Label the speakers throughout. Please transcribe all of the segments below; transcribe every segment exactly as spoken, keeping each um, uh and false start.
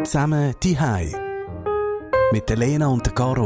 Speaker 1: Zusammen daheim. Mit der Lena und der Caro.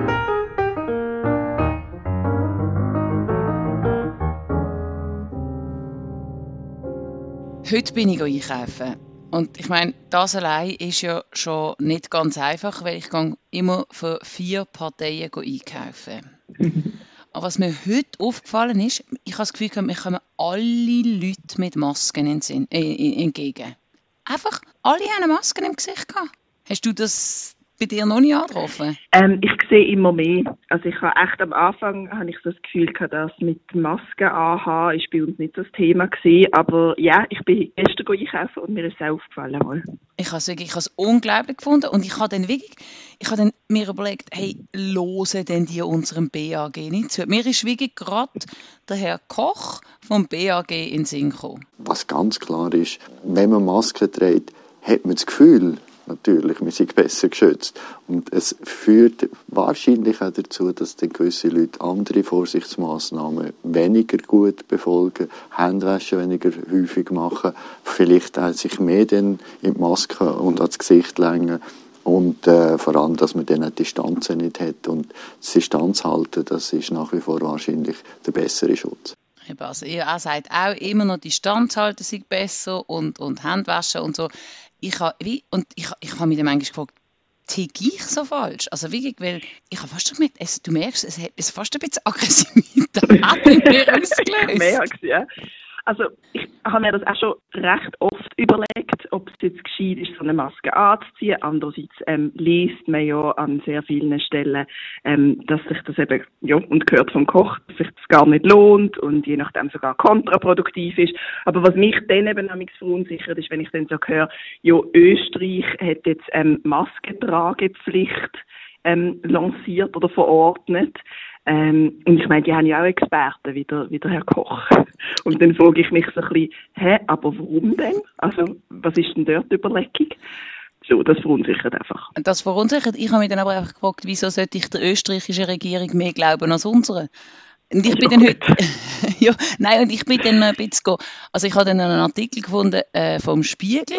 Speaker 2: Heute bin ich einkaufen. Und ich meine, das allein ist ja schon nicht ganz einfach, weil ich gehe immer für vier Parteien einkaufen. Aber was mir heute aufgefallen ist, ich habe das Gefühl, mir kommen alle Leute mit Masken in den Sinn, äh, entgegen. Einfach, alle haben Masken im Gesicht gehabt. Hast du das bei dir noch nicht angetroffen?
Speaker 3: Ähm, ich sehe immer mehr. Also ich habe echt am Anfang habe ich so das Gefühl gehabt, dass mit Masken anhaben ist bei uns nicht das Thema gewesen. Aber ja, ich bin gestern einkaufen und mir ist es auch aufgefallen. Mal.
Speaker 2: Ich habe es wirklich, ich habe es unglaublich gefunden und ich habe dann wirklich, ich habe dann mir überlegt, hey, hören denn die unserem B A G nicht zu? Mir ist wirklich gerade der Herr Koch vom B A G in den Sinn gekommen.
Speaker 4: Was ganz klar ist, wenn man Masken trägt, hat man das Gefühl, natürlich, wir sind besser geschützt. Und es führt wahrscheinlich auch dazu, dass dann gewisse Leute andere Vorsichtsmaßnahmen weniger gut befolgen, Händewaschen weniger häufig machen, vielleicht auch sich mehr dann in die Maske und ans Gesicht längen. Und äh, vor allem, dass man dann auch Distanzen nicht hat. Und das Distanz halten, das ist nach wie vor wahrscheinlich der bessere Schutz.
Speaker 2: Also, ihr sagt auch immer noch, Distanz halten sei besser und, und Händewaschen und so. Ich habe wie, und ich, ich habe mich dann manchmal gefragt, ticke ich so falsch? Also wirklich, weil ich habe fast gemerkt, es, du merkst, es hat es fast ein bisschen Aggressivität in mir ausgelöst.
Speaker 3: Merkst, ja. Also ich habe mir das auch schon recht oft überlegt, ob es jetzt gescheit ist, so eine Maske anzuziehen. Andererseits ähm, liest man ja an sehr vielen Stellen, ähm, dass sich das eben, ja, und gehört vom Koch, dass sich das gar nicht lohnt und je nachdem sogar kontraproduktiv ist. Aber was mich dann eben amigs verunsichert ist, wenn ich dann so höre, ja, Österreich hat jetzt ähm, Maskentragepflicht ähm, lanciert oder verordnet. Ähm, und ich meine, die haben ja auch Experten, wie der, wie der Herr Koch. Und dann frage ich mich so ein bisschen, hä, aber warum denn? Also, was ist denn dort die Überlegung? So, das verunsichert einfach.
Speaker 2: Das verunsichert. Ich habe mich dann aber einfach gefragt, wieso sollte ich der österreichischen Regierung mehr glauben als unsere? Und ich bin dann heute, ja, nein, und ich bin dann ein bisschen, go- also ich habe dann einen Artikel gefunden äh, vom Spiegel.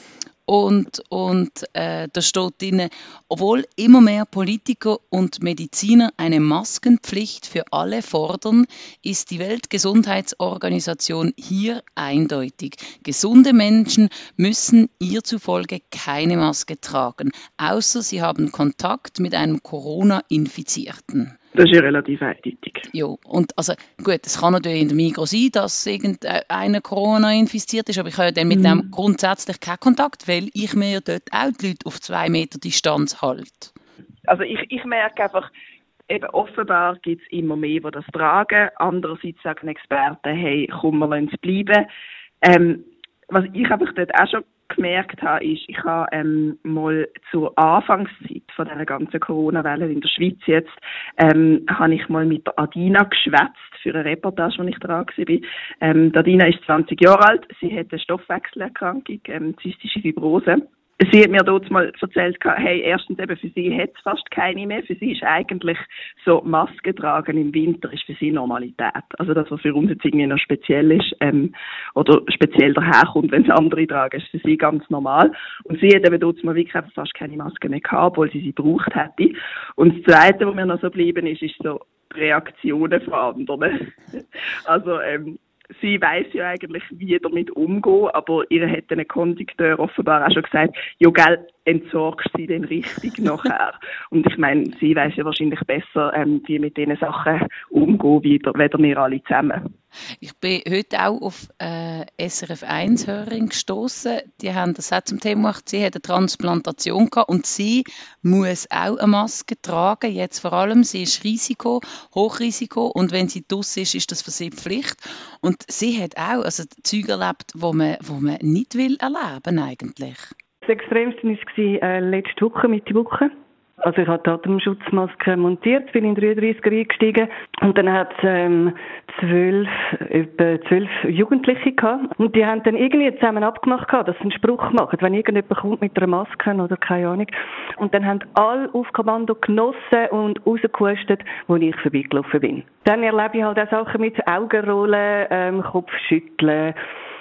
Speaker 2: Und, und äh, da steht drin, obwohl immer mehr Politiker und Mediziner eine Maskenpflicht für alle fordern, ist die Weltgesundheitsorganisation hier eindeutig. Gesunde Menschen müssen ihr zufolge keine Maske tragen, außer sie haben Kontakt mit einem Corona-Infizierten.
Speaker 3: Das ist ja relativ eindeutig.
Speaker 2: Ja, und also gut, es kann natürlich in der Migros sein, dass irgendeiner Corona infiziert ist, aber ich habe ja dann mit mhm. dem grundsätzlich keinen Kontakt, weil ich mir ja dort auch die Leute auf zwei Meter Distanz halte.
Speaker 3: Also ich, ich merke einfach, eben offenbar gibt es immer mehr, die das tragen. Andererseits sagen Experten, hey, komm, wir lassen es bleiben. Ähm, was ich einfach dort auch schon gemerkt habe, ist, ich habe ähm, mal zur Anfangszeit von dieser ganzen Corona-Welle in der Schweiz jetzt, ähm, habe ich mal mit der Adina geschwätzt für eine Reportage, als ich dran war. Ähm, die Adina ist zwanzig Jahre alt, sie hat eine Stoffwechselerkrankung, ähm, zystische Fibrose. Sie hat mir dort mal erzählt, hey, erstens eben, für sie hat es fast keine mehr. Für sie ist eigentlich so Maske tragen im Winter ist für sie Normalität. Also das, was für uns jetzt irgendwie noch speziell ist, ähm, oder speziell daherkommt, wenn es andere tragen, ist für sie ganz normal. Und sie hat eben dort mal wirklich einfach fast keine Maske mehr gehabt, obwohl sie sie gebraucht hätte. Und das Zweite, was mir noch so geblieben ist, ist so Reaktionen von anderen. Also, ähm, sie weiss ja eigentlich, wie damit umgehen, aber ihr hat ein Kondukteur offenbar auch schon gesagt, ja, gell, entsorgst sie denn richtig nachher? Und ich meine, sie weiss ja wahrscheinlich besser, ähm, wie mit diesen Sachen umgehen, wie weder wir alle zusammen.
Speaker 2: Ich bin heute auch auf äh, S R F eins Hörerin gestossen. Die haben das auch zum Thema gemacht. Sie hat eine Transplantation gehabt und sie muss auch eine Maske tragen. Jetzt vor allem, sie ist Risiko, Hochrisiko und wenn sie draussen ist, ist das für sie Pflicht. Und sie hat auch also Zeug erlebt, wo man, wo man nicht will erleben eigentlich.
Speaker 5: Das Extremste war äh, letzte Woche, Mitte Woche. Also ich habe die Atemschutzmaske montiert, bin in dreiunddreißiger eingestiegen und dann hat es ähm, zwölf, etwa zwölf Jugendliche gehabt und die haben dann irgendwie zusammen abgemacht gehabt, dass sie einen Spruch machen, wenn irgendjemand kommt mit einer Maske oder keine Ahnung. Und dann haben alle auf Kommando genossen und rausgehustet, wo ich vorbeigelaufen bin. Dann erlebe ich halt auch Sachen mit Augenrollen, ähm, Kopfschütteln,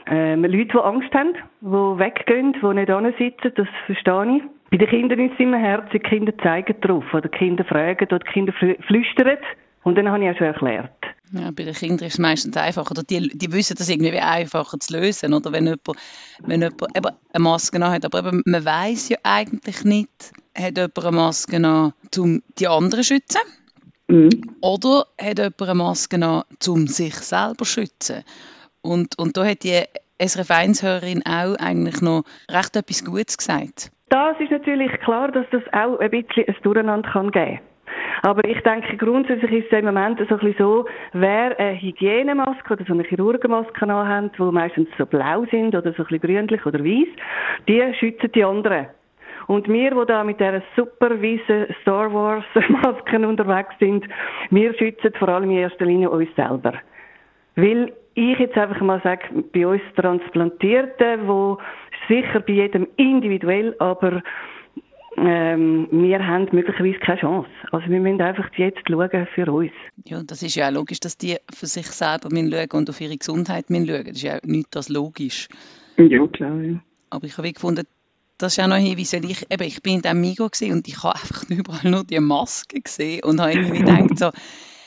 Speaker 5: Ähm, Leute, die Angst haben, die weggehen, die nicht hinsitzen, das verstehe ich. Bei den Kindern ist es immer herzig, die Kinder zeigen drauf, oder die Kinder fragen, oder die Kinder flüstern. Und dann habe ich auch schon erklärt.
Speaker 2: Ja, bei den Kindern ist es meistens einfacher. Oder die, die wissen das irgendwie einfacher zu lösen. Oder wenn jemand, wenn jemand eben eine Maske hat. Aber eben, man weiss ja eigentlich nicht, hat jemand eine Maske an, um die anderen zu schützen? Mhm. Oder hat jemand eine Maske an, um sich selber zu schützen? Und, und da hat die S R F eins Hörerin auch eigentlich noch recht etwas Gutes gesagt.
Speaker 5: Das ist natürlich klar, dass das auch ein bisschen ein Durcheinander kann geben kann. Aber ich denke, grundsätzlich ist es im Moment so ein bisschen so, wer eine Hygienemaske oder so eine Chirurgenmaske anhat, die meistens so blau sind oder so ein bisschen grünlich oder weiß, die schützen die anderen. Und wir, die da mit dieser super weißen Star Wars Masken unterwegs sind, wir schützen vor allem in erster Linie uns selber. Weil ich jetzt einfach mal sage, bei uns Transplantierten, wo sicher bei jedem individuell, aber ähm, wir haben möglicherweise keine Chance. Also wir müssen einfach jetzt schauen für uns.
Speaker 2: Ja, das ist ja auch logisch, dass die für sich selber schauen und auf ihre Gesundheit schauen. Das ist ja nicht das logisch.
Speaker 3: Ja, klar. Ja.
Speaker 2: Aber ich habe gefunden, das ist auch noch ein Hinweis, weil ich, eben, ich bin in diesem Migros gewesen und ich habe einfach überall nur die Maske gesehen und habe irgendwie gedacht so,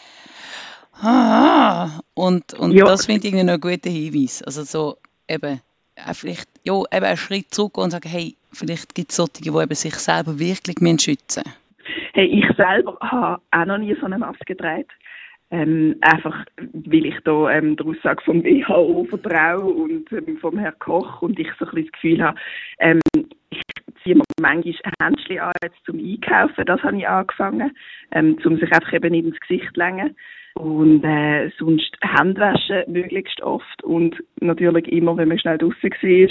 Speaker 2: ah, und, und ja. Das finde ich irgendwie noch ein guter Hinweis. Also so, eben, vielleicht, ja, eben einen Schritt zurück und sagen, hey, vielleicht gibt es solche, die eben sich selber wirklich schützen müssen.
Speaker 3: Hey, ich selber habe auch noch nie so eine Maske getragen. Ähm, einfach, weil ich da ähm, der Aussage vom W H O vertraue und ähm, vom Herrn Koch und ich so ein bisschen das Gefühl habe, ähm, ich ziehe mir manchmal Händchen an jetzt zum Einkaufen, das habe ich angefangen, ähm, um sich einfach eben nicht ins Gesicht zu längen. Und äh, sonst Händewaschen möglichst oft und natürlich immer, wenn man schnell draussen war.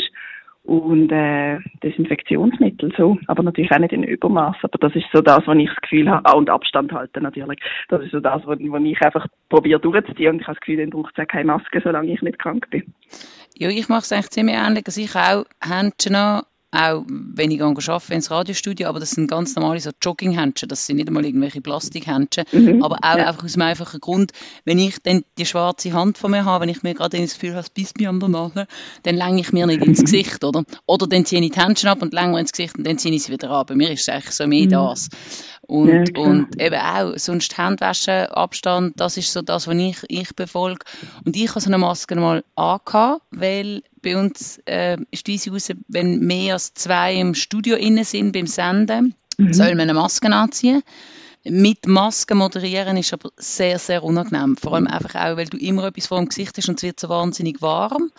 Speaker 3: Und äh, Desinfektionsmittel so, aber natürlich auch nicht in Übermaß. Aber das ist so das, was ich das Gefühl habe. Ah, und Abstand halten natürlich. Das ist so das, was ich einfach probiere durchzuziehen. Und ich habe das Gefühl, dann braucht es auch keine Maske, solange ich nicht krank bin.
Speaker 2: Ja, ich mache es eigentlich ziemlich ähnlich. Also ich auch Händchen an, auch wenn ich arbeite ins Radiostudio, aber das sind ganz normale so Jogginghändchen, das sind nicht einmal irgendwelche Plastikhändchen, mhm, aber auch ja. Einfach aus dem einfachen Grund, wenn ich dann die schwarze Hand von mir habe, wenn ich mir gerade das Gefühl habe, es beißt mich an der Nase, dann länge ich mir nicht ins Gesicht, oder? Oder dann ziehe ich die Händchen ab und länge mir ins Gesicht und dann ziehe ich sie wieder ab. Bei mir ist es eigentlich so mehr mhm. das. Und, ja, und eben auch, sonst Handwaschen, Abstand, das ist so das, was ich, ich befolge. Und ich habe so eine Maske mal angehabt, weil bei uns äh, ist diese raus, wenn mehr als zwei im Studio innen sind beim Senden, mhm. soll man eine Maske anziehen. Mit Maske moderieren ist aber sehr, sehr unangenehm. Vor allem einfach auch, weil du immer etwas vor dem Gesicht hast und es wird so wahnsinnig warm.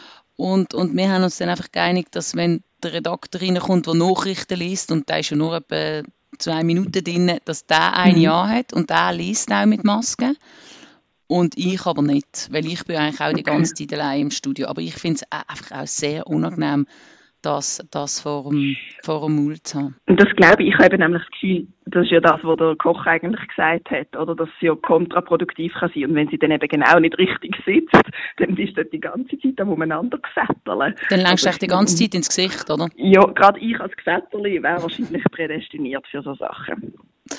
Speaker 2: Und, und wir haben uns dann einfach geeinigt, dass wenn der Redakteur reinkommt, der Nachrichten liest, und der ist ja nur etwa zwei Minuten drin, dass der ein mhm. Jahr hat und der liest auch mit Maske. Und ich aber nicht, weil ich bin eigentlich auch die ganze Zeit allein im Studio. Aber ich finde es einfach auch sehr unangenehm, das, das vor, dem, vor dem Mund zu haben.
Speaker 3: Und das glaube ich, ich habe nämlich das Gefühl, das ist ja das, was der Koch eigentlich gesagt hat, oder, dass es ja kontraproduktiv kann sein. Und wenn sie dann eben genau nicht richtig sitzt, dann bist du die ganze Zeit am umeinander gefetteln.
Speaker 2: Dann längst du also, die ganze Zeit ins Gesicht, oder?
Speaker 3: Ja, gerade ich als Gefetterli wäre wahrscheinlich prädestiniert für so Sachen.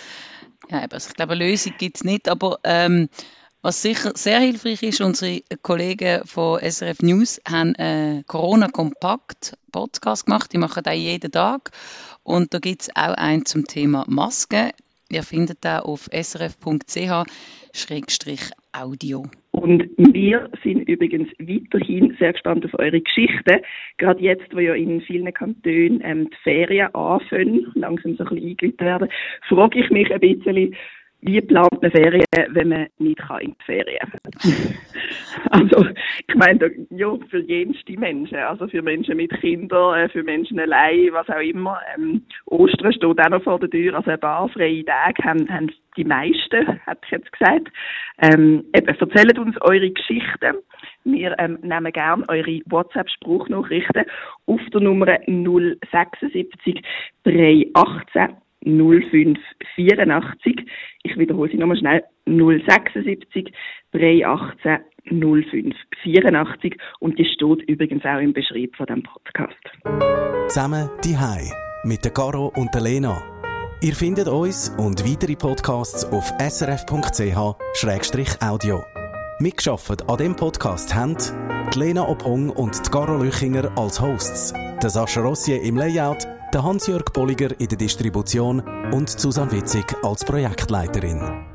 Speaker 2: Ja, also ich glaube, eine Lösung gibt es nicht, aber ähm, was sicher sehr hilfreich ist, unsere Kollegen von S R F News haben einen Corona-Kompakt-Podcast gemacht. Die machen den jeden Tag. Und da gibt es auch einen zum Thema Masken. Ihr findet den auf s r f punkt c h schrägstrich audio.
Speaker 3: Und wir sind übrigens weiterhin sehr gespannt auf eure Geschichten. Gerade jetzt, wo ja in vielen Kantonen ähm, die Ferien anfangen, langsam so ein bisschen eingeleitet werden, frage ich mich ein bisschen, wie plant man Ferien, wenn man nicht kann in die Ferien? Also, ich meine, ja, für jenste Menschen, also für Menschen mit Kindern, für Menschen allein, was auch immer. Ähm, Ostern steht auch noch vor der Tür, also ein paar freie Tage haben, haben die meisten, hätte ich jetzt gesagt. Ähm, eben, erzählt uns eure Geschichten. Wir ähm, nehmen gerne eure WhatsApp-Spruchnachrichten auf der Nummer null sechsundsiebzig drei achtzehn null fünf vierundachtzig. Ich wiederhole sie nochmal schnell. null sechsundsiebzig drei achtzehn null fünf vierundachtzig. Und die steht übrigens auch im Beschrieb von diesem Podcast.
Speaker 1: Zusammen die Hai mit der Caro und der Lena. Ihr findet uns und weitere Podcasts auf s r f punkt c h schrägstrich audio. Mitgearbeitet an diesem Podcast haben die Lena Ophong und die Caro Lüchinger als Hosts, der Sascha Rossier im Layout, der Hans-Jörg Bolliger in der Distribution und Susanne Witzig als Projektleiterin.